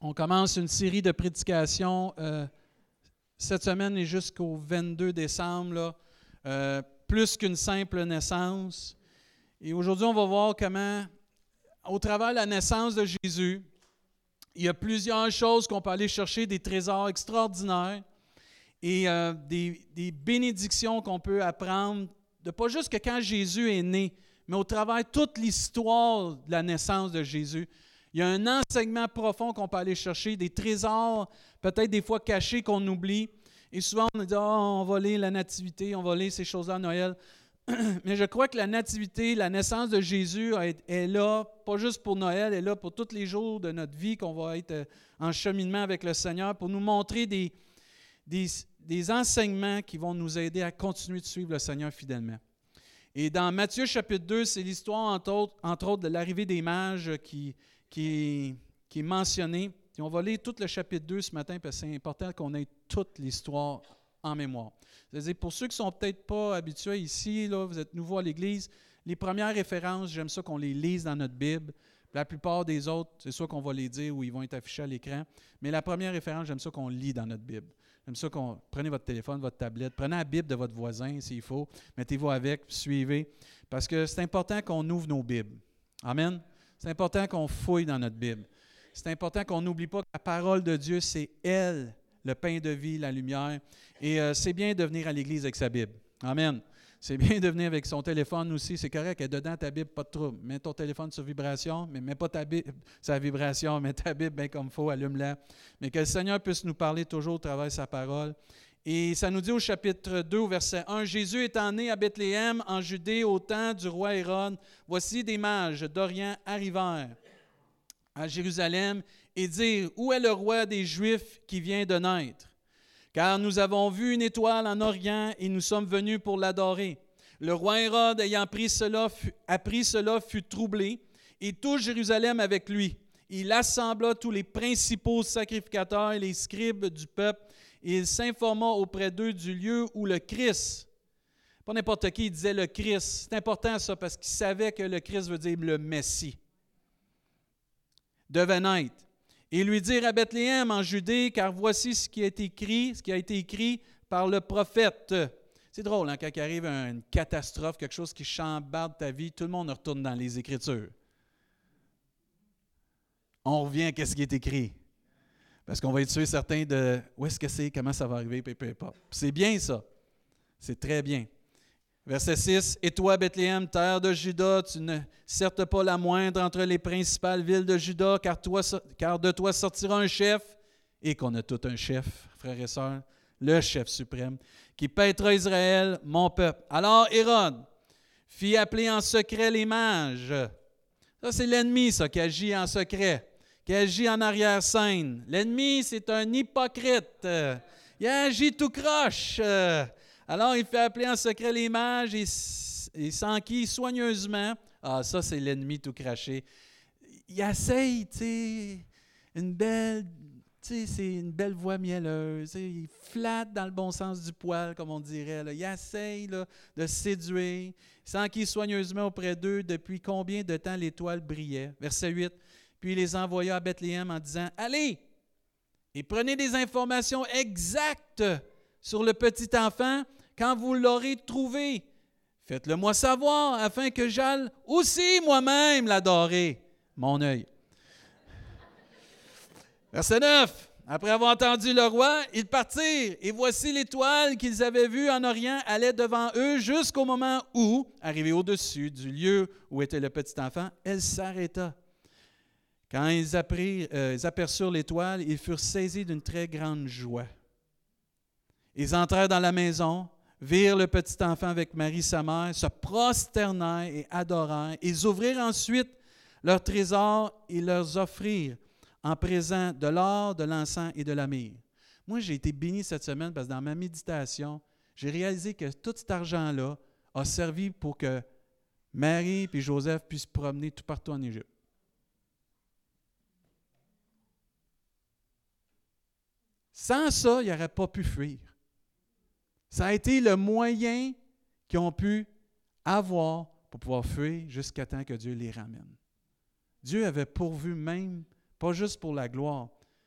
On commence une série de prédications cette semaine et jusqu'au 22 décembre, plus qu'une simple naissance. Et aujourd'hui, on va voir comment, au travers de la naissance de Jésus, il y a plusieurs choses qu'on peut aller chercher, des trésors extraordinaires et des bénédictions qu'on peut apprendre, de pas juste que quand Jésus est né, mais au travers de toute l'histoire de la naissance de Jésus. Il y a un enseignement profond qu'on peut aller chercher, des trésors peut-être des fois cachés qu'on oublie. Et souvent, on dit « on va lire la nativité, on va lire ces choses-là à Noël ». Mais je crois que la nativité, la naissance de Jésus est là, pas juste pour Noël, elle est là pour tous les jours de notre vie qu'on va être en cheminement avec le Seigneur, pour nous montrer des enseignements qui vont nous aider à continuer de suivre le Seigneur fidèlement. Et dans Matthieu chapitre 2, c'est l'histoire, entre autres, de l'arrivée des mages qui est mentionné. Et on va lire tout le chapitre 2 ce matin parce que c'est important qu'on ait toute l'histoire en mémoire. C'est-à-dire, pour ceux qui ne sont peut-être pas habitués ici, là, vous êtes nouveaux à l'Église, les premières références, j'aime ça qu'on les lise dans notre Bible. La plupart des autres, c'est soit qu'on va les dire ou ils vont être affichés à l'écran. Mais la première référence, j'aime ça qu'on lit dans notre Bible. J'aime ça qu'on prenez votre téléphone, votre tablette, prenez la Bible de votre voisin s'il faut, mettez-vous avec, suivez. Parce que c'est important qu'on ouvre nos Bibles. Amen. C'est important qu'on fouille dans notre Bible. C'est important qu'on n'oublie pas que la parole de Dieu, c'est elle, le pain de vie, la lumière. Et c'est bien de venir à l'Église avec sa Bible. Amen. C'est bien de venir avec son téléphone aussi. C'est correct, elle est dedans ta Bible, pas de trouble. Mets ton téléphone sur vibration, mais mets pas ta Bible sa vibration, mets ta Bible bien comme il faut, allume-la. Mais que le Seigneur puisse nous parler toujours au travers de sa parole. Et ça nous dit au chapitre 2, au verset 1, « Jésus étant né à Bethléem, en Judée, au temps du roi Hérode, voici des mages d'Orient arrivèrent à Jérusalem et dirent, « Où est le roi des Juifs qui vient de naître? Car nous avons vu une étoile en Orient et nous sommes venus pour l'adorer. Le roi Hérode, ayant appris cela, fut troublé, et tout Jérusalem avec lui. Il assembla tous les principaux sacrificateurs et les scribes du peuple, et il s'informa auprès d'eux du lieu où le Christ, pas n'importe qui, il disait le Christ. C'est important ça, parce qu'il savait que le Christ veut dire le Messie, devait naître. Et lui dire à Bethléem en Judée, car voici ce qui a été écrit par le prophète. C'est drôle, hein, quand il arrive une catastrophe, quelque chose qui chambarde ta vie, tout le monde retourne dans les Écritures. On revient à ce qui est écrit. Parce qu'on va être sûr certain de où est-ce que c'est, comment ça va arriver, peu importe. C'est bien ça. C'est très bien. Verset 6, « Et toi, Bethléem, terre de Juda, tu ne certes pas la moindre entre les principales villes de Juda, car de toi sortira un chef, et qu'on a tout un chef, frères et sœurs, le chef suprême, qui paîtra Israël, mon peuple. Alors Hérode fit appeler en secret les mages. » Ça, c'est l'ennemi, ça, qui agit en secret, qui agit en arrière-scène. L'ennemi, c'est un hypocrite. Il agit tout croche. Alors, il fait appeler en secret les mages et s'enquille soigneusement. Ah, ça, c'est l'ennemi tout craché. Il essaye, tu sais, c'est une belle voix mielleuse. Il flatte dans le bon sens du poil, comme on dirait. Là. Il essaye là, de séduire. Il s'enquille soigneusement auprès d'eux depuis combien de temps l'étoile brillait. Verset 8. Puis il les envoya à Bethléem en disant, « Allez et prenez des informations exactes sur le petit enfant, quand vous l'aurez trouvé, faites-le moi savoir, afin que j'aille aussi moi-même l'adorer. » Mon œil. Verset 9. Après avoir entendu le roi, ils partirent, et voici l'étoile qu'ils avaient vue en Orient allait devant eux jusqu'au moment où, arrivée au-dessus du lieu où était le petit enfant, elle s'arrêta. Quand ils aperçurent l'étoile, ils furent saisis d'une très grande joie. Ils entrèrent dans la maison, virent le petit enfant avec Marie sa mère, se prosternèrent et adorèrent. Ils ouvrirent ensuite leurs trésors et leur offrirent en présent de l'or, de l'encens et de la myrrhe. Moi, j'ai été béni cette semaine parce que dans ma méditation, j'ai réalisé que tout cet argent-là a servi pour que Marie et Joseph puissent promener tout partout en Égypte. Sans ça, ils n'auraient pas pu fuir. Ça a été le moyen qu'ils ont pu avoir pour pouvoir fuir jusqu'à temps que Dieu les ramène. Dieu avait pourvu même, pas juste pour la gloire,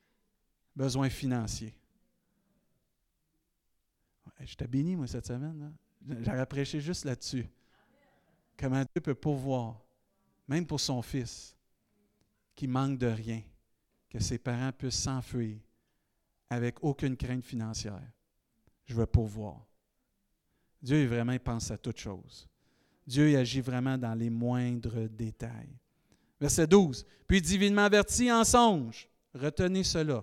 besoin financier. Je t'ai béni, moi, cette semaine. Là. J'aurais prêché juste là-dessus. Comment Dieu peut pourvoir, même pour son fils, qui manque de rien, que ses parents puissent s'enfuir avec aucune crainte financière. Je veux pourvoir. Dieu, vraiment, il pense à toutes choses. Dieu, il agit vraiment dans les moindres détails. Verset 12. Puis divinement averti en songe. Retenez cela.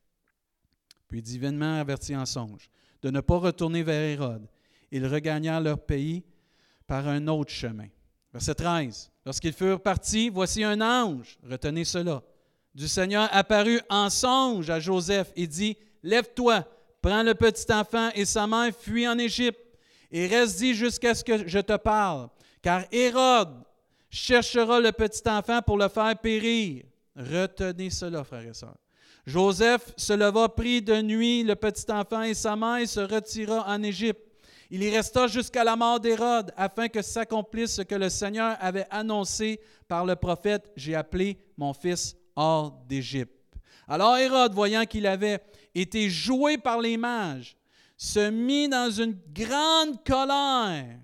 Puis divinement averti en songe de ne pas retourner vers Hérode. Ils regagnèrent leur pays par un autre chemin. Verset 13. Lorsqu'ils furent partis, voici un ange, retenez cela, du Seigneur apparut en songe à Joseph et dit, « Lève-toi, prends le petit enfant et sa mère, fuis en Égypte, et reste-y jusqu'à ce que je te parle, car Hérode cherchera le petit enfant pour le faire périr. » Retenez cela, frères et sœurs. Joseph se leva, prit de nuit le petit enfant et sa mère et se retira en Égypte. Il y resta jusqu'à la mort d'Hérode, afin que s'accomplisse ce que le Seigneur avait annoncé par le prophète, « J'ai appelé mon fils hors d'Égypte. » Alors Hérode, voyant qu'il avait été joué par les mages, se mit dans une grande colère,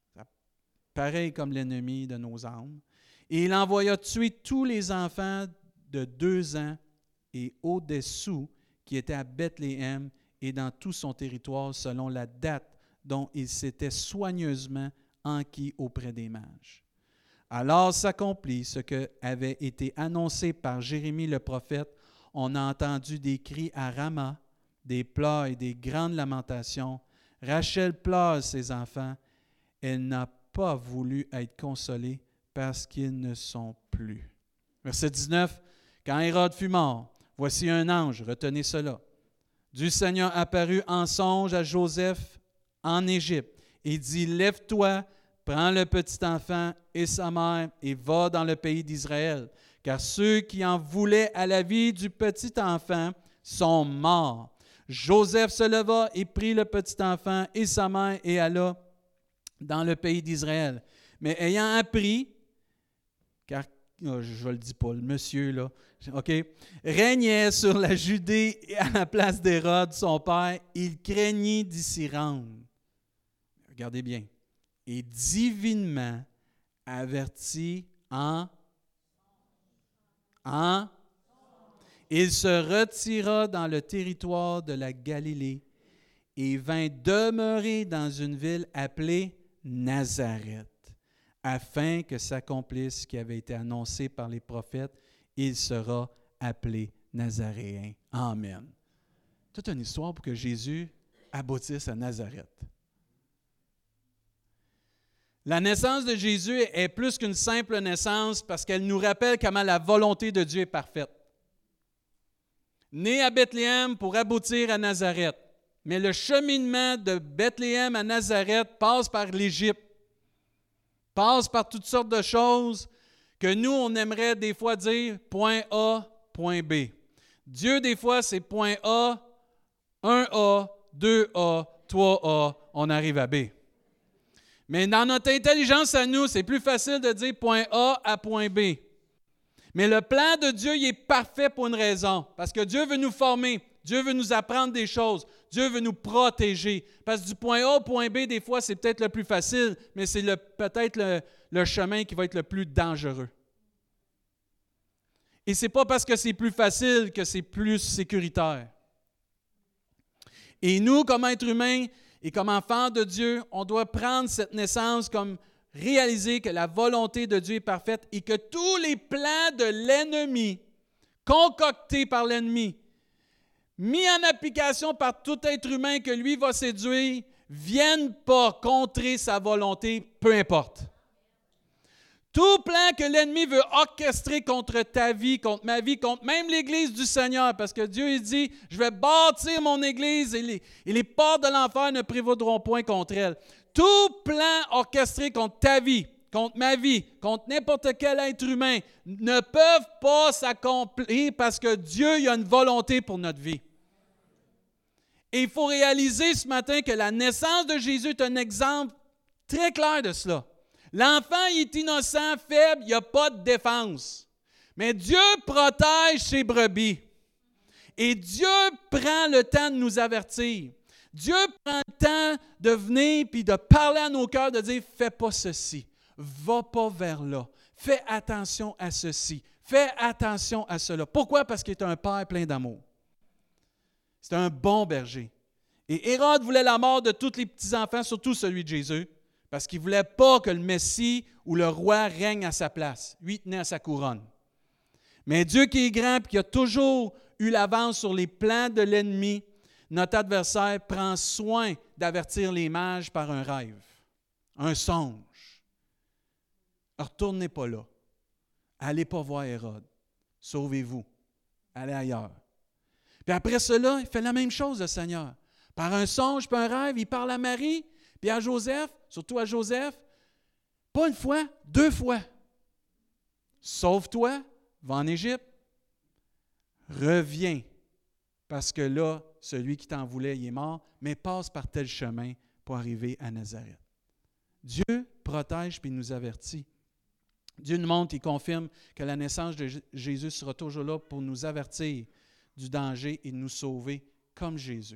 pareil comme l'ennemi de nos âmes, et il envoya tuer tous les enfants de 2 ans et au-dessous qui étaient à Bethléem et dans tout son territoire selon la date dont il s'était soigneusement enquis auprès des mages. Alors s'accomplit ce qui avait été annoncé par Jérémie le prophète. On a entendu des cris à Rama, des pleurs et des grandes lamentations. Rachel pleure ses enfants. Elle n'a pas voulu être consolée parce qu'ils ne sont plus. Verset 19. Quand Hérode fut mort, voici un ange, retenez cela, du Seigneur apparut en songe à Joseph en Égypte et dit, « Lève-toi, prends le petit enfant et sa mère et va dans le pays d'Israël, car ceux qui en voulaient à la vie du petit enfant sont morts. » Joseph se leva et prit le petit enfant et sa mère et alla dans le pays d'Israël. Mais ayant appris, car je ne le dis pas, le monsieur là, OK, régnait sur la Judée et à la place d'Hérode, son père, il craignit d'y s'y rendre. Regardez bien. Et divinement averti il se retira dans le territoire de la Galilée et vint demeurer dans une ville appelée Nazareth, afin que s'accomplisse ce qui avait été annoncé par les prophètes, il sera appelé Nazaréen. Amen. Toute une histoire pour que Jésus aboutisse à Nazareth. La naissance de Jésus est plus qu'une simple naissance parce qu'elle nous rappelle comment la volonté de Dieu est parfaite. Né à Bethléem pour aboutir à Nazareth. Mais le cheminement de Bethléem à Nazareth passe par l'Égypte, passe par toutes sortes de choses que nous, on aimerait des fois dire point A, point B. Dieu, des fois, c'est point A, 1A, 2A, 3A, on arrive à B. Mais dans notre intelligence à nous, c'est plus facile de dire point A à point B. Mais le plan de Dieu, il est parfait pour une raison. Parce que Dieu veut nous former. Dieu veut nous apprendre des choses. Dieu veut nous protéger. Parce que du point A au point B, des fois, c'est peut-être le plus facile, mais c'est peut-être le chemin qui va être le plus dangereux. Et ce n'est pas parce que c'est plus facile que c'est plus sécuritaire. Et nous, comme êtres humains et comme enfants de Dieu, on doit prendre cette naissance comme réaliser que la volonté de Dieu est parfaite et que tous les plans de l'ennemi, concoctés par l'ennemi, mis en application par tout être humain que lui va séduire, viennent pas contrer sa volonté, peu importe. Tout plan que l'ennemi veut orchestrer contre ta vie, contre ma vie, contre même l'Église du Seigneur, parce que Dieu il dit, je vais bâtir mon Église et les portes de l'enfer ne prévaudront point contre elle. Tout plan orchestré contre ta vie, contre ma vie, contre n'importe quel être humain, ne peuvent pas s'accomplir parce que Dieu il a une volonté pour notre vie. Et il faut réaliser ce matin que la naissance de Jésus est un exemple très clair de cela. L'enfant il est innocent, faible, il n'y a pas de défense. Mais Dieu protège ses brebis. Et Dieu prend le temps de nous avertir. Dieu prend le temps de venir puis de parler à nos cœurs, de dire « Fais pas ceci, va pas vers là, fais attention à ceci, fais attention à cela. » Pourquoi? Parce qu'il est un Père plein d'amour. C'est un bon berger. Et Hérode voulait la mort de tous les petits-enfants, surtout celui de Jésus, parce qu'il ne voulait pas que le Messie ou le roi règne à sa place. Lui, il tenait à sa couronne. Mais Dieu qui est grand et qui a toujours eu l'avance sur les plans de l'ennemi, notre adversaire prend soin d'avertir les mages par un rêve, un songe. Ne retournez pas là. Allez pas voir Hérode. Sauvez-vous. Allez ailleurs. Puis après cela, il fait la même chose, le Seigneur. Par un songe, puis un rêve, il parle à Marie, puis à Joseph, surtout à Joseph, pas une fois, 2 fois. Sauve-toi, va en Égypte, reviens, parce que là, celui qui t'en voulait, il est mort, mais passe par tel chemin pour arriver à Nazareth. Dieu protège puis nous avertit. Dieu nous montre et confirme que la naissance de Jésus sera toujours là pour nous avertir du danger et nous sauver comme Jésus.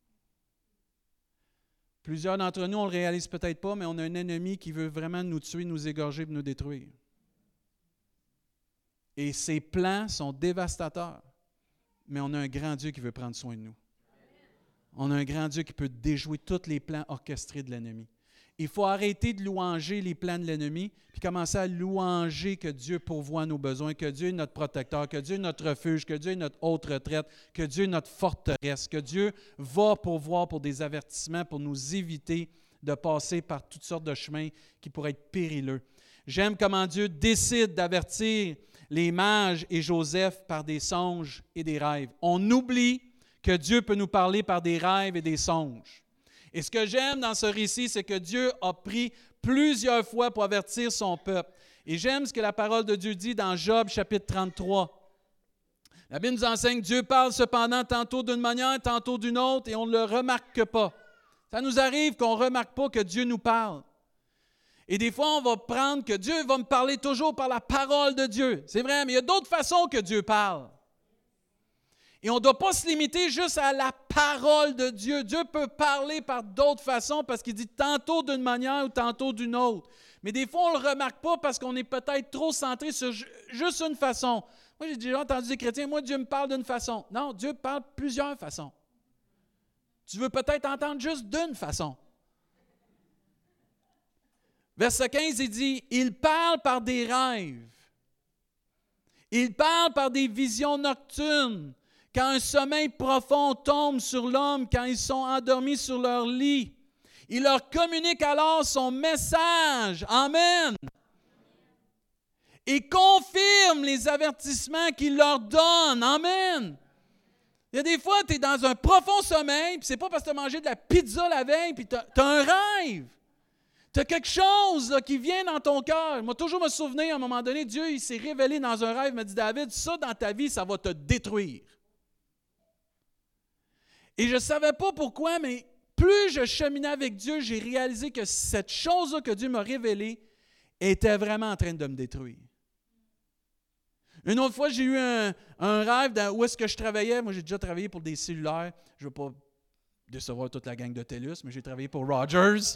Plusieurs d'entre nous, on ne le réalise peut-être pas, mais on a un ennemi qui veut vraiment nous tuer, nous égorger et nous détruire. Et ses plans sont dévastateurs. Mais on a un grand Dieu qui veut prendre soin de nous. On a un grand Dieu qui peut déjouer tous les plans orchestrés de l'ennemi. Il faut arrêter de louanger les plans de l'ennemi, puis commencer à louanger que Dieu pourvoit nos besoins, que Dieu est notre protecteur, que Dieu est notre refuge, que Dieu est notre haute retraite, que Dieu est notre forteresse, que Dieu va pourvoir pour des avertissements, pour nous éviter de passer par toutes sortes de chemins qui pourraient être périlleux. J'aime comment Dieu décide d'avertir les mages et Joseph par des songes et des rêves. On oublie que Dieu peut nous parler par des rêves et des songes. Et ce que j'aime dans ce récit, c'est que Dieu a pris plusieurs fois pour avertir son peuple. Et j'aime ce que la parole de Dieu dit dans Job, chapitre 33. La Bible nous enseigne, Dieu parle cependant tantôt d'une manière, tantôt d'une autre, et on ne le remarque pas. Ça nous arrive qu'on ne remarque pas que Dieu nous parle. Et des fois, on va prendre que Dieu va me parler toujours par la parole de Dieu. C'est vrai, mais il y a d'autres façons que Dieu parle. Et on ne doit pas se limiter juste à la parole de Dieu. Dieu peut parler par d'autres façons parce qu'il dit tantôt d'une manière ou tantôt d'une autre. Mais des fois, on ne le remarque pas parce qu'on est peut-être trop centré sur juste une façon. Moi, j'ai déjà entendu des chrétiens, moi, Dieu me parle d'une façon. Non, Dieu parle plusieurs façons. Tu veux peut-être entendre juste d'une façon. Verset 15, il dit, « Il parle par des rêves. Il parle par des visions nocturnes. Quand un sommeil profond tombe sur l'homme, quand ils sont endormis sur leur lit. Il leur communique alors son message. Amen. Et confirme les avertissements qu'il leur donne. Amen. Il y a des fois, tu es dans un profond sommeil, puis c'est pas parce que tu as mangé de la pizza la veille, puis tu as un rêve. Tu as quelque chose là, qui vient dans ton cœur. Moi, toujours me souvenir, à un moment donné, Dieu il s'est révélé dans un rêve, il m'a dit, David, ça dans ta vie, ça va te détruire. Et je ne savais pas pourquoi, mais plus je cheminais avec Dieu, j'ai réalisé que cette chose-là que Dieu m'a révélée était vraiment en train de me détruire. Une autre fois, j'ai eu un rêve où est-ce que je travaillais. Moi, j'ai déjà travaillé pour des cellulaires. Je ne veux pas décevoir toute la gang de TELUS, mais j'ai travaillé pour Rogers.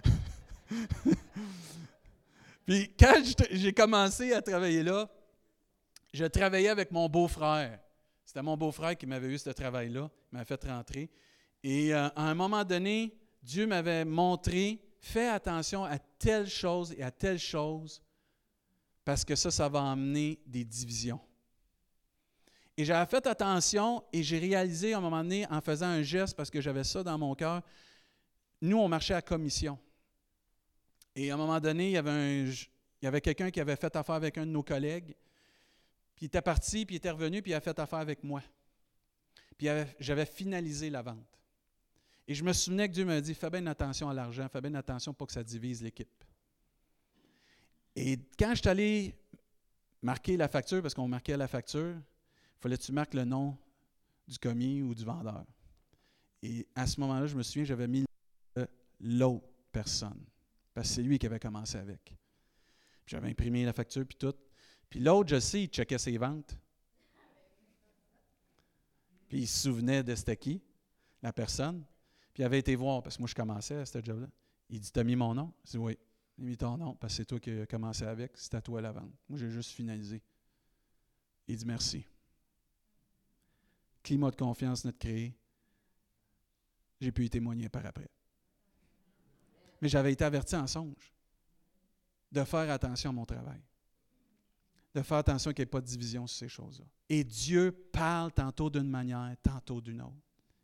Puis quand j'ai commencé à travailler là, je travaillais avec mon beau-frère. C'était mon beau-frère qui m'avait eu ce travail-là, il m'a fait rentrer. Et à un moment donné, Dieu m'avait montré, fais attention à telle chose et à telle chose, parce que ça va amener des divisions. Et j'avais fait attention et j'ai réalisé à un moment donné, en faisant un geste, parce que j'avais ça dans mon cœur, nous, on marchait à commission. Et à un moment donné, il y avait quelqu'un qui avait fait affaire avec un de nos collègues. Puis il était parti, puis il était revenu, puis il a fait affaire avec moi. Puis j'avais finalisé la vente. Et je me souvenais que Dieu m'a dit, fais bien attention à l'argent, fais bien attention pour que ça divise l'équipe. Et quand je suis allé marquer la facture, parce qu'on marquait la facture, il fallait que tu marques le nom du commis ou du vendeur. Et à ce moment-là, je me souviens, j'avais mis l'autre personne. Parce que c'est lui qui avait commencé avec. Puis j'avais imprimé la facture, puis tout. Puis l'autre, je sais, il checkait ses ventes. Puis il se souvenait de c'était qui, la personne. Puis il avait été voir, parce que moi je commençais à ce job-là. Il dit, t'as mis mon nom? Je dis, oui. J'ai mis ton nom, parce que c'est toi qui as commencé avec, c'est à toi la vente. Moi j'ai juste finalisé. Il dit, merci. Climat de confiance notre créé. J'ai pu y témoigner par après. Mais j'avais été averti en songe de faire attention à mon travail. De faire attention qu'il n'y ait pas de division sur ces choses-là. Et Dieu parle tantôt d'une manière, tantôt d'une autre.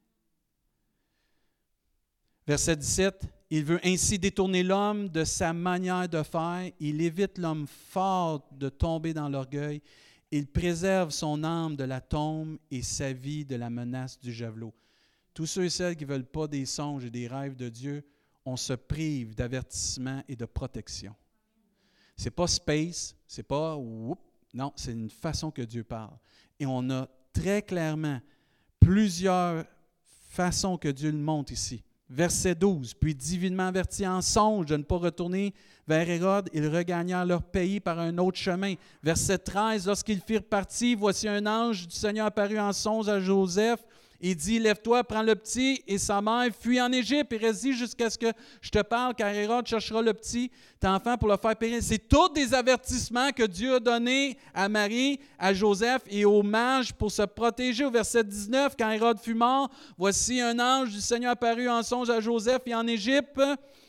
Verset 17, il veut ainsi détourner l'homme de sa manière de faire. Il évite l'homme fort de tomber dans l'orgueil. Il préserve son âme de la tombe et sa vie de la menace du javelot. Tous ceux et celles qui ne veulent pas des songes et des rêves de Dieu, on se prive d'avertissement et de protection. Ce n'est pas space, c'est pas whoop, non, c'est une façon que Dieu parle. Et on a très clairement plusieurs façons que Dieu le montre ici. Verset 12, puis divinement avertis en songe de ne pas retourner vers Hérode, ils regagnèrent leur pays par un autre chemin. Verset 13, lorsqu'ils firent partie, voici un ange du Seigneur apparut en songe à Joseph. Il dit, lève-toi, prends le petit et sa mère, fuis en Égypte et reste-y jusqu'à ce que je te parle, car Hérode cherchera le petit enfant pour le faire périr. C'est tous des avertissements que Dieu a donnés à Marie, à Joseph et aux mages pour se protéger. Au verset 19, quand Hérode fut mort, voici un ange du Seigneur apparut en songe à Joseph et en Égypte.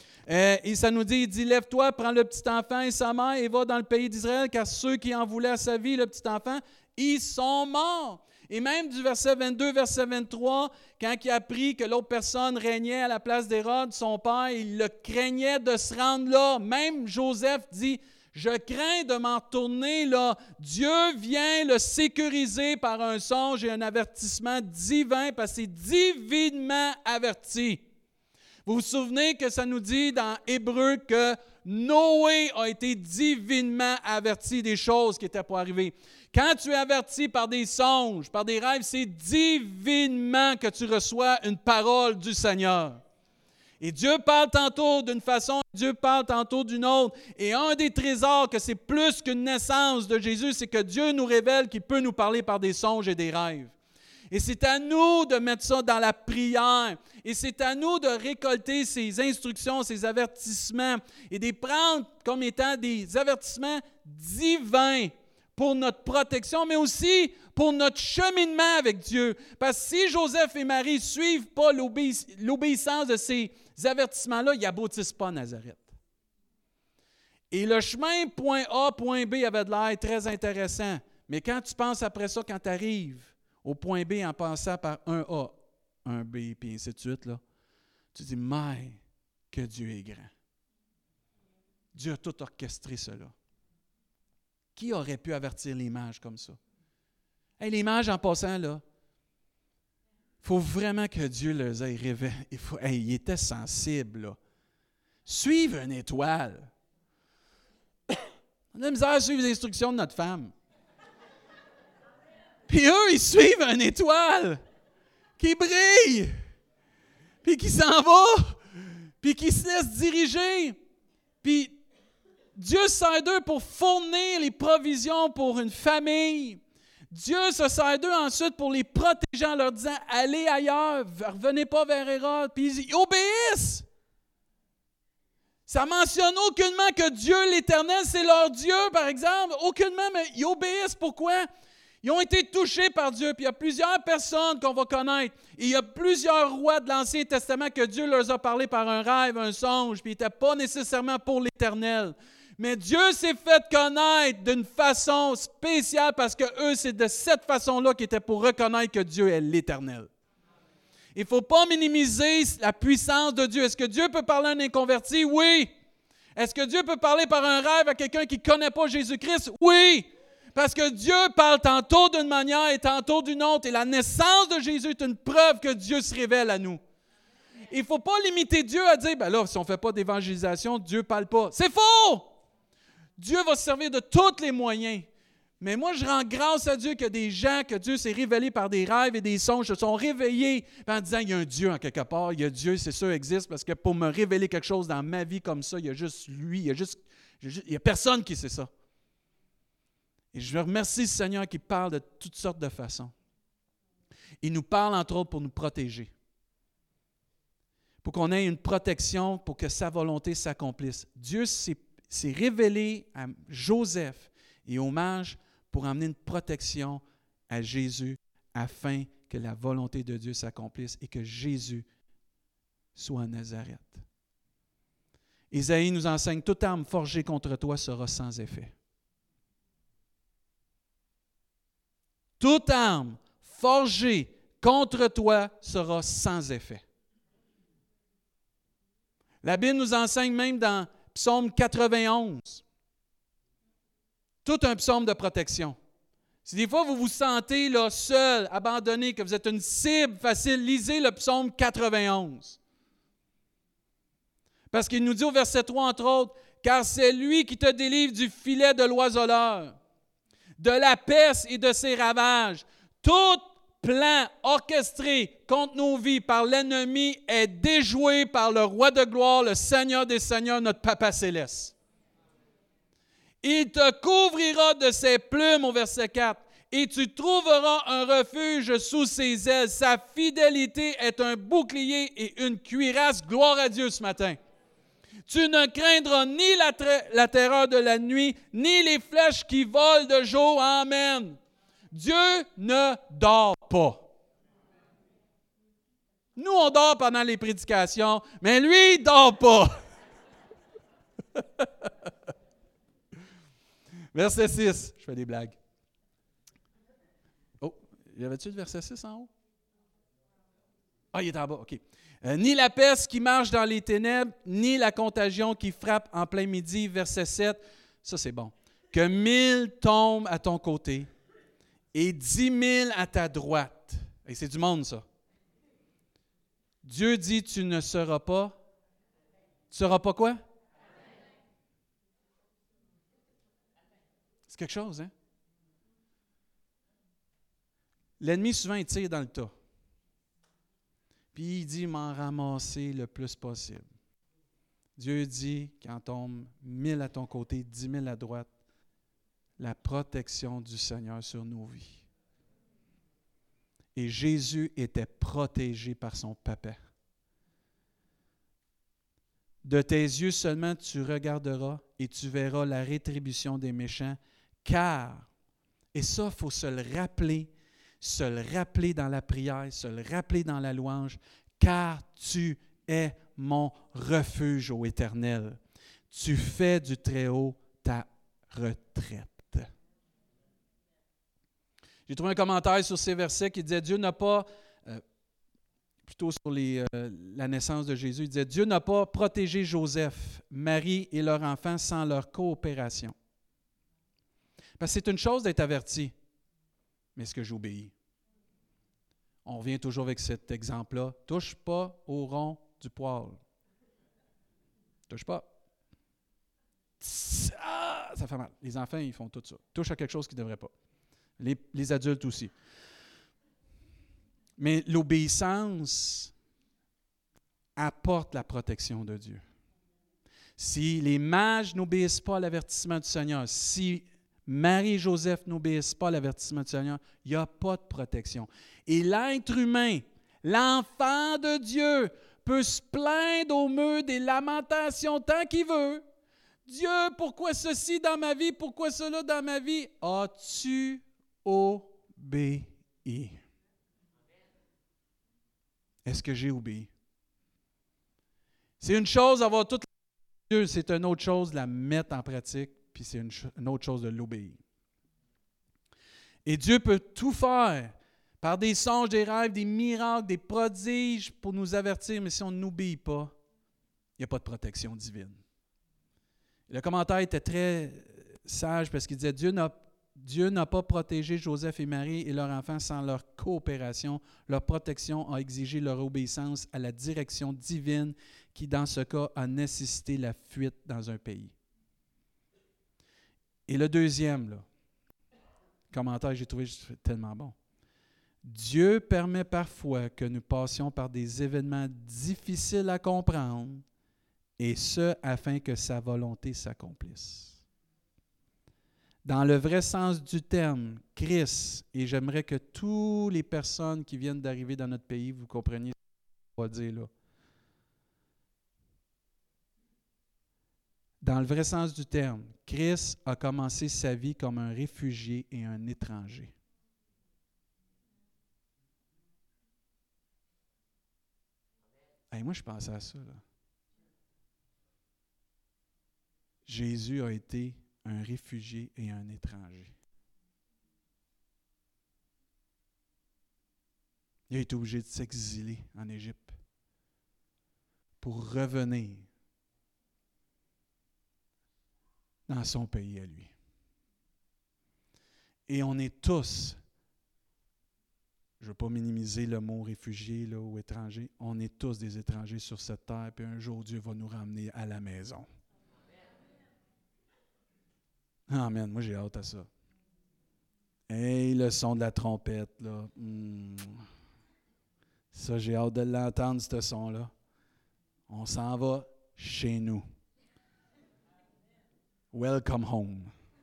Et ça nous dit, il dit, lève-toi, prends le petit enfant et sa mère et va dans le pays d'Israël, car ceux qui en voulaient à sa vie, le petit enfant, ils sont morts. Et même du verset 22, verset 23, quand il a appris que l'autre personne régnait à la place d'Hérode, son père, il le craignait de se rendre là. Même Joseph dit, je crains de m'en retourner là. Dieu vient le sécuriser par un songe et un avertissement divin, parce que c'est divinement averti. Vous vous souvenez que ça nous dit dans Hébreu que Noé a été divinement averti des choses qui étaient pour arriver. Quand tu es averti par des songes, par des rêves, c'est divinement que tu reçois une parole du Seigneur. Et Dieu parle tantôt d'une façon, Dieu parle tantôt d'une autre. Et un des trésors que c'est plus qu'une naissance de Jésus, c'est que Dieu nous révèle qu'il peut nous parler par des songes et des rêves. Et c'est à nous de mettre ça dans la prière. Et c'est à nous de récolter ces instructions, ces avertissements et de les prendre comme étant des avertissements divins pour notre protection, mais aussi pour notre cheminement avec Dieu. Parce que si Joseph et Marie ne suivent pas l'obéissance de ces avertissements-là, ils n'aboutissent pas à Nazareth. Et le chemin point A, point B avait de l'air très intéressant. Mais quand tu penses après ça, quand tu arrives au point B en passant par un A, un B, puis ainsi de suite, là, tu dis, mais que Dieu est grand. Dieu a tout orchestré cela. Qui aurait pu avertir les mages comme ça? Hey, les mages, en passant, là, il faut vraiment que Dieu les ait révélés. Ils étaient sensibles, là. Suivre une étoile. On a la misère à suivre les instructions de notre femme. Puis eux, ils suivent une étoile qui brille, puis qui s'en va, puis qui se laisse diriger. Puis Dieu se sert d'eux pour fournir les provisions pour une famille. Dieu se sert d'eux ensuite pour les protéger en leur disant « Allez ailleurs, revenez pas vers Hérode. » Puis ils obéissent. Ça ne mentionne aucunement que Dieu, l'Éternel, c'est leur Dieu, par exemple. Aucunement, mais ils obéissent. Pourquoi? Ils ont été touchés par Dieu. Puis il y a plusieurs personnes qu'on va connaître. Et il y a plusieurs rois de l'Ancien Testament que Dieu leur a parlé par un rêve, un songe, puis ils n'étaient pas nécessairement pour l'Éternel. Mais Dieu s'est fait connaître d'une façon spéciale parce que eux, c'est de cette façon-là qu'ils étaient pour reconnaître que Dieu est l'Éternel. Il ne faut pas minimiser la puissance de Dieu. Est-ce que Dieu peut parler à un inconverti? Oui. Est-ce que Dieu peut parler par un rêve à quelqu'un qui ne connaît pas Jésus-Christ? Oui. Parce que Dieu parle tantôt d'une manière et tantôt d'une autre. Et la naissance de Jésus est une preuve que Dieu se révèle à nous. Il ne faut pas limiter Dieu à dire, ben là, si on ne fait pas d'évangélisation, Dieu ne parle pas. C'est faux! Dieu va se servir de tous les moyens. Mais moi, je rends grâce à Dieu qu'il y a des gens que Dieu s'est révélé par des rêves et des songes, se sont réveillés en disant, il y a un Dieu en quelque part, il y a Dieu, c'est sûr, existe, parce que pour me révéler quelque chose dans ma vie comme ça, il y a juste lui, il y a personne qui sait ça. Et je remercie le Seigneur qui parle de toutes sortes de façons. Il nous parle, entre autres, pour nous protéger. Pour qu'on ait une protection, pour que sa volonté s'accomplisse. Dieu s'est révélé à Joseph et aux mages pour amener une protection à Jésus afin que la volonté de Dieu s'accomplisse et que Jésus soit à Nazareth. Ésaïe nous enseigne, toute arme forgée contre toi sera sans effet. Toute arme forgée contre toi sera sans effet. La Bible nous enseigne même dans Psaume 91, tout un psaume de protection. Si des fois vous vous sentez là, seul, abandonné, que vous êtes une cible facile, lisez le psaume 91. Parce qu'il nous dit au verset 3, entre autres, « Car c'est lui qui te délivre du filet de l'oiseleur, de la peste et de ses ravages. Tout plan orchestré contre nos vies par l'ennemi est déjoué par le roi de gloire, le Seigneur des Seigneurs, notre Papa céleste. Il te couvrira de ses plumes, au verset 4, et tu trouveras un refuge sous ses ailes. Sa fidélité est un bouclier et une cuirasse. » Gloire à Dieu ce matin. Tu ne craindras ni la terreur de la nuit, ni les flèches qui volent de jour. Amen. Dieu ne dort pas. Nous, on dort pendant les prédications, mais lui, il ne dort pas. Verset 6. Je fais des blagues. Oh, y avait-tu le verset 6 en haut? Ah, il est en bas, OK. Ni la peste qui marche dans les ténèbres, ni la contagion qui frappe en plein midi, verset 7. Ça, c'est bon. Que 1000 tombent à ton côté et 10 000 à ta droite. Et c'est du monde, ça. Dieu dit, tu ne seras pas. Tu ne seras pas quoi? C'est quelque chose, hein? L'ennemi, souvent, il tire dans le tas. Puis il dit m'en ramasser le plus possible. Dieu dit, quand tombe 1000 à ton côté, 10 000 à droite, la protection du Seigneur sur nos vies. Et Jésus était protégé par son Papa. De tes yeux seulement tu regarderas et tu verras la rétribution des méchants, car, et ça, il faut se le rappeler dans la prière, se le rappeler dans la louange, car tu es mon refuge, ô Éternel. Tu fais du Très-Haut ta retraite. J'ai trouvé un commentaire sur ces versets qui disait, Dieu n'a pas, plutôt sur la naissance de Jésus, il disait, Dieu n'a pas protégé Joseph, Marie et leur enfant sans leur coopération. Parce que c'est une chose d'être averti, mais est-ce que j'obéis? On revient toujours avec cet exemple-là. Touche pas au rond du poêle. Touche pas. Ah, ça fait mal. Les enfants, ils font tout ça. Touche à quelque chose qu'ils ne devraient pas. Les adultes aussi. Mais l'obéissance apporte la protection de Dieu. Si les mages n'obéissent pas à l'avertissement du Seigneur, si Marie et Joseph n'obéissent pas à l'avertissement du Seigneur, il n'y a pas de protection. Et l'être humain, l'enfant de Dieu, peut se plaindre au mur des lamentations tant qu'il veut. Dieu, pourquoi ceci dans ma vie? Pourquoi cela dans ma vie? As-tu obéi? Est-ce que j'ai obéi? C'est une chose d'avoir toute la Dieu, c'est une autre chose de la mettre en pratique, puis c'est une autre chose de l'obéir. Et Dieu peut tout faire par des songes, des rêves, des miracles, des prodiges pour nous avertir, mais si on n'obéit pas, il n'y a pas de protection divine. Et le commentaire était très sage parce qu'il disait Dieu n'a pas protégé Joseph et Marie et leurs enfants sans leur coopération. Leur protection a exigé leur obéissance à la direction divine qui, dans ce cas, a nécessité la fuite dans un pays. Et le deuxième, commentaire que j'ai trouvé tellement bon. Dieu permet parfois que nous passions par des événements difficiles à comprendre, et ce, afin que sa volonté s'accomplisse. Dans le vrai sens du terme, Christ, et j'aimerais que toutes les personnes qui viennent d'arriver dans notre pays, vous compreniez ce qu'on va dire là. Dans le vrai sens du terme, Christ a commencé sa vie comme un réfugié et un étranger. Hey, moi, je pensais à ça, là. Jésus a été un réfugié et un étranger. Il a été obligé de s'exiler en Égypte pour revenir dans son pays à lui. Et on est tous, je ne veux pas minimiser le mot réfugié là, ou étranger, on est tous des étrangers sur cette terre, puis un jour Dieu va nous ramener à la maison. Amen, moi j'ai hâte à ça. Hey, le son de la trompette, là. Ça, j'ai hâte de l'entendre, ce son-là. On s'en va chez nous. Welcome home.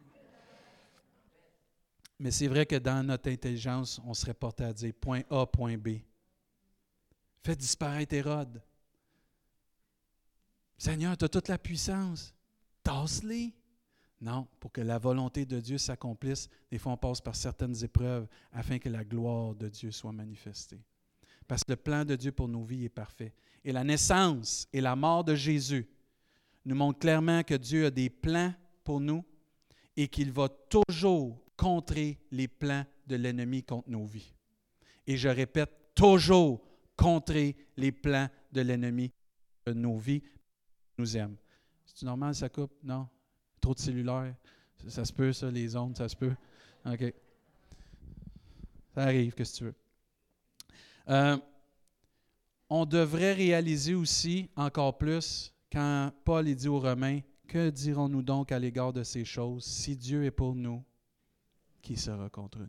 Mais c'est vrai que dans notre intelligence, on serait porté à dire point A, point B. Fais disparaître Hérode. Seigneur, tu as toute la puissance. Tasse-les. Non, pour que la volonté de Dieu s'accomplisse, des fois on passe par certaines épreuves afin que la gloire de Dieu soit manifestée. Parce que le plan de Dieu pour nos vies est parfait. Et la naissance et la mort de Jésus nous montrent clairement que Dieu a des plans pour nous et qu'il va toujours contrer les plans de l'ennemi contre nos vies. Et je répète, toujours contrer les plans de l'ennemi de nos vies. Il nous aime. C'est normal, ça coupe? Non? Trop de cellulaire? Ça se peut, ça, les ondes, ça se peut? OK. Ça arrive, qu'est-ce que tu veux? On devrait réaliser aussi, encore plus, quand Paul dit aux Romains, « Que dirons-nous donc à l'égard de ces choses? Si Dieu est pour nous, qui sera contre nous? »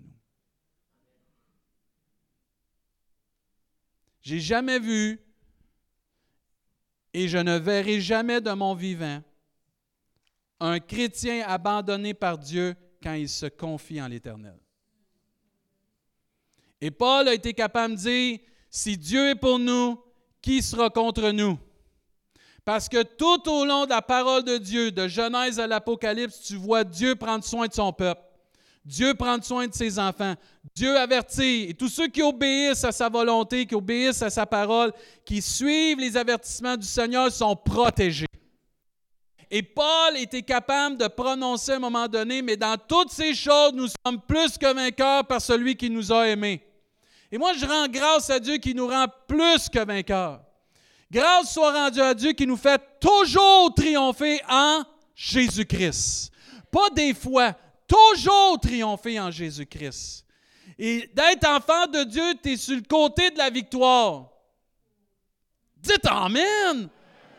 J'ai jamais vu, et je ne verrai jamais de mon vivant, un chrétien abandonné par Dieu quand il se confie en l'Éternel. Et Paul a été capable de dire, si Dieu est pour nous, qui sera contre nous? Parce que tout au long de la parole de Dieu, de Genèse à l'Apocalypse, tu vois Dieu prendre soin de son peuple. Dieu prendre soin de ses enfants. Dieu avertit. Et tous ceux qui obéissent à sa volonté, qui obéissent à sa parole, qui suivent les avertissements du Seigneur sont protégés. Et Paul était capable de prononcer à un moment donné, mais dans toutes ces choses, nous sommes plus que vainqueurs par celui qui nous a aimés. Et moi, je rends grâce à Dieu qui nous rend plus que vainqueurs. Grâce soit rendue à Dieu qui nous fait toujours triompher en Jésus-Christ. Pas des fois, toujours triompher en Jésus-Christ. Et d'être enfant de Dieu, tu es sur le côté de la victoire. Dites Amen!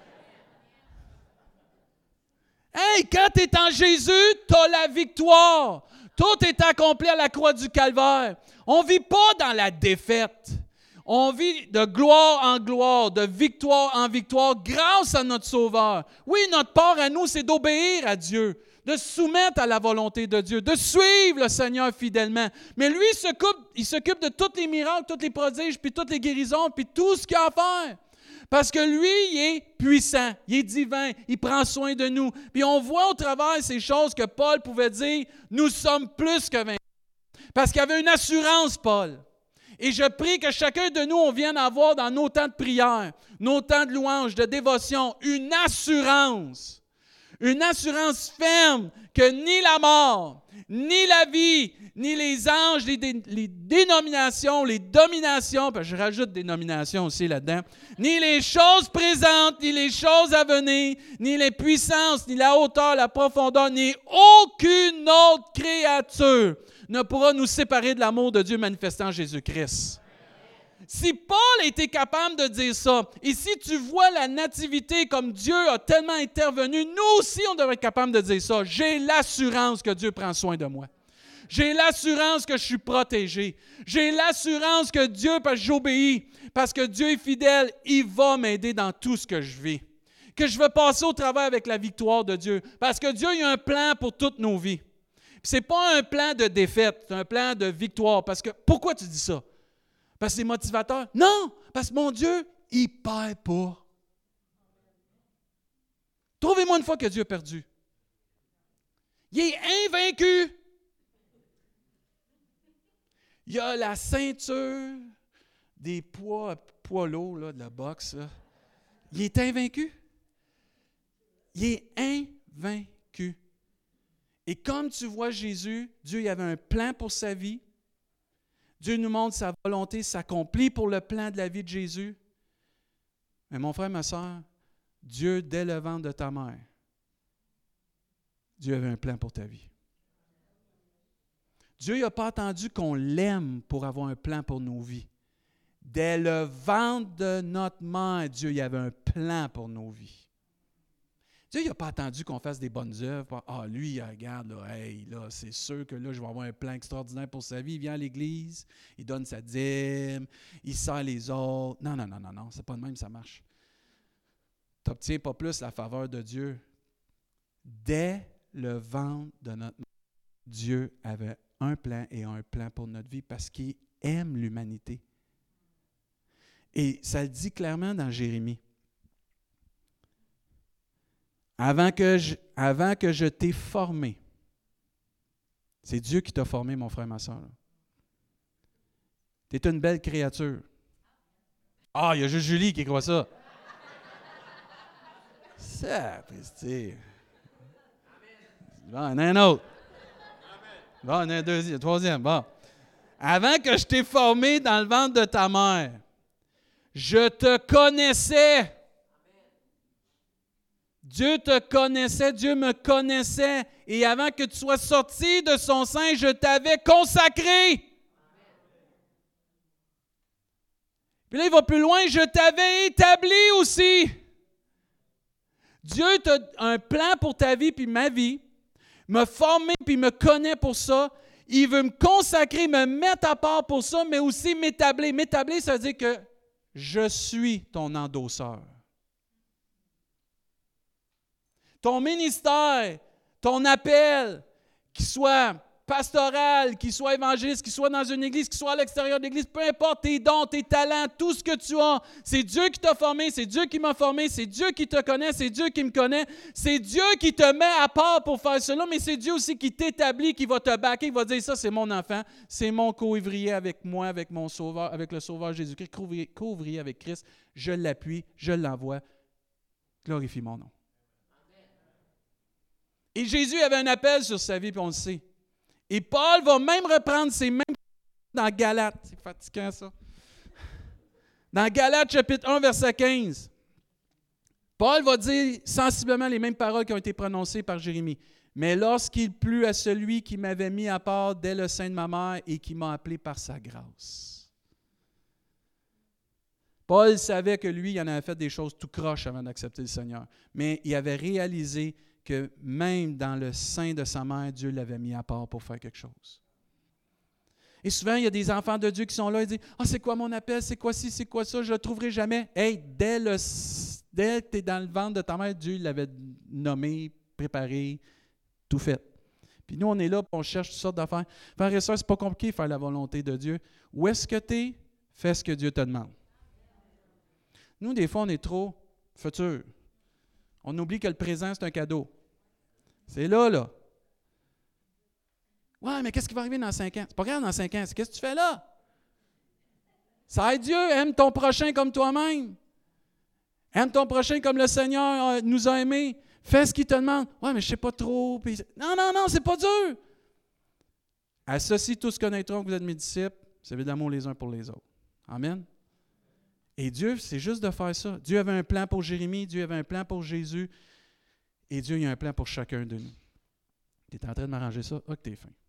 Hey, quand tu es en Jésus, tu as la victoire. Tout est accompli à la croix du Calvaire. On ne vit pas dans la défaite. On vit de gloire en gloire, de victoire en victoire, grâce à notre Sauveur. Oui, notre part à nous, c'est d'obéir à Dieu, de se soumettre à la volonté de Dieu, de suivre le Seigneur fidèlement. Mais lui, il s'occupe de tous les miracles, tous les prodiges, puis toutes les guérisons, puis tout ce qu'il a à faire. Parce que lui, il est puissant, il est divin, il prend soin de nous. Puis on voit au travers ces choses que Paul pouvait dire, nous sommes plus que vainqueurs. Parce qu'il y avait une assurance, Paul. Et je prie que chacun de nous, on vienne avoir dans nos temps de prière, nos temps de louange, de dévotion, une assurance ferme que ni la mort, ni la vie, ni les anges, les dénominations, les dominations, parce que je rajoute dénominations aussi là-dedans, ni les choses présentes, ni les choses à venir, ni les puissances, ni la hauteur, la profondeur, ni aucune autre créature ne pourra nous séparer de l'amour de Dieu manifesté en Jésus-Christ. Si Paul était capable de dire ça, et si tu vois la nativité comme Dieu a tellement intervenu, nous aussi on devrait être capable de dire ça. J'ai l'assurance que Dieu prend soin de moi. J'ai l'assurance que je suis protégé. J'ai l'assurance que Dieu, parce que j'obéis, parce que Dieu est fidèle, il va m'aider dans tout ce que je vis. Que je vais passer au travers avec la victoire de Dieu. Parce que Dieu il a un plan pour toutes nos vies. Ce n'est pas un plan de défaite, c'est un plan de victoire. Parce que, pourquoi tu dis ça? Parce que c'est motivateur? Non! Parce que mon Dieu, il ne perd pas. Trouvez-moi une fois que Dieu a perdu. Il est invaincu. Il y a la ceinture des poids lourds là, de la boxe. Là. Il est invaincu. Il est invaincu. Et comme tu vois Jésus, Dieu il avait un plan pour sa vie. Dieu nous montre sa volonté s'accomplit pour le plan de la vie de Jésus. Mais mon frère, ma soeur, Dieu, dès le ventre de ta mère, Dieu avait un plan pour ta vie. Dieu n'a pas attendu qu'on l'aime pour avoir un plan pour nos vies. Dès le ventre de notre mère, Dieu il avait un plan pour nos vies. Dieu n'a pas attendu qu'on fasse des bonnes œuvres. Ah, lui, regarde, là, hey, là, c'est sûr que là, je vais avoir un plan extraordinaire pour sa vie. Il vient à l'église, il donne sa dîme, il sert les autres. Non, c'est pas de même, ça marche. Tu n'obtiens pas plus la faveur de Dieu. Dès le ventre de notre mère, Dieu avait un plan et un plan pour notre vie parce qu'il aime l'humanité. Et ça le dit clairement dans Jérémie. Avant que je t'ai formé, c'est Dieu qui t'a formé, mon frère, ma soeur. Tu es une belle créature. Ah, il y a juste Julie qui croit ça. Ça, c'est... Bon, il y en a un autre. Bon, il y en a un deuxième, troisième. Bon. Avant que je t'ai formé dans le ventre de ta mère, je te connaissais. Dieu te connaissait, Dieu me connaissait. Et avant que tu sois sorti de son sein, je t'avais consacré. Puis là, il va plus loin, je t'avais établi aussi. Dieu a un plan pour ta vie puis ma vie, m'a formé puis me connaît pour ça. Il veut me consacrer, me mettre à part pour ça, mais aussi m'établir. M'établir, ça veut dire que je suis ton endosseur. Ton ministère, ton appel, qu'il soit pastoral, qu'il soit évangéliste, qu'il soit dans une église, qu'il soit à l'extérieur de l'église, peu importe tes dons, tes talents, tout ce que tu as, c'est Dieu qui t'a formé, c'est Dieu qui m'a formé, c'est Dieu qui te connaît, c'est Dieu qui me connaît, c'est Dieu qui te met à part pour faire cela, mais c'est Dieu aussi qui t'établit, qui va te backer, qui va dire ça c'est mon enfant, c'est mon co-ouvrier avec moi, avec mon Sauveur, avec le Sauveur Jésus-Christ, co-ouvrier avec Christ, je l'appuie, je l'envoie, glorifie mon nom. Et Jésus avait un appel sur sa vie, puis on le sait. Et Paul va même reprendre ces mêmes dans Galates. C'est fatigant, ça. Dans Galates, chapitre 1, verset 15. Paul va dire sensiblement les mêmes paroles qui ont été prononcées par Jérémie. Mais lorsqu'il plut à celui qui m'avait mis à part dès le sein de ma mère et qui m'a appelé par sa grâce. Paul savait que lui, il en avait fait des choses tout croche avant d'accepter le Seigneur. Mais il avait réalisé que même dans le sein de sa mère, Dieu l'avait mis à part pour faire quelque chose. Et souvent, il y a des enfants de Dieu qui sont là et disent « Ah, c'est quoi mon appel? C'est quoi ci? C'est quoi ça? Je ne le trouverai jamais. » Hey, dès que tu es dans le ventre de ta mère, Dieu l'avait nommé, préparé, tout fait. Puis nous, on est là, on cherche toutes sortes d'affaires. Frères et sœurs, ce n'est pas compliqué de faire la volonté de Dieu. Où est-ce que tu es? Fais ce que Dieu te demande. Nous, des fois, on est trop futur. On oublie que le présent, c'est un cadeau. C'est là, là. Ouais, mais qu'est-ce qui va arriver dans 5 ans? C'est pas grave dans 5 ans. C'est qu'est-ce que tu fais là? Ça aide Dieu. Aime ton prochain comme toi-même. Aime ton prochain comme le Seigneur nous a aimés. Fais ce qu'il te demande. Ouais, mais je ne sais pas trop. Puis... Non, c'est pas dur. À ceci, tous connaîtront que vous êtes mes disciples. Vous avez de l'amour les uns pour les autres. Amen. Et Dieu, c'est juste de faire ça. Dieu avait un plan pour Jérémie. Dieu avait un plan pour Jésus. Et Dieu, il a un plan pour chacun de nous. Tu es en train de m'arranger ça? Ah, que t'es fin.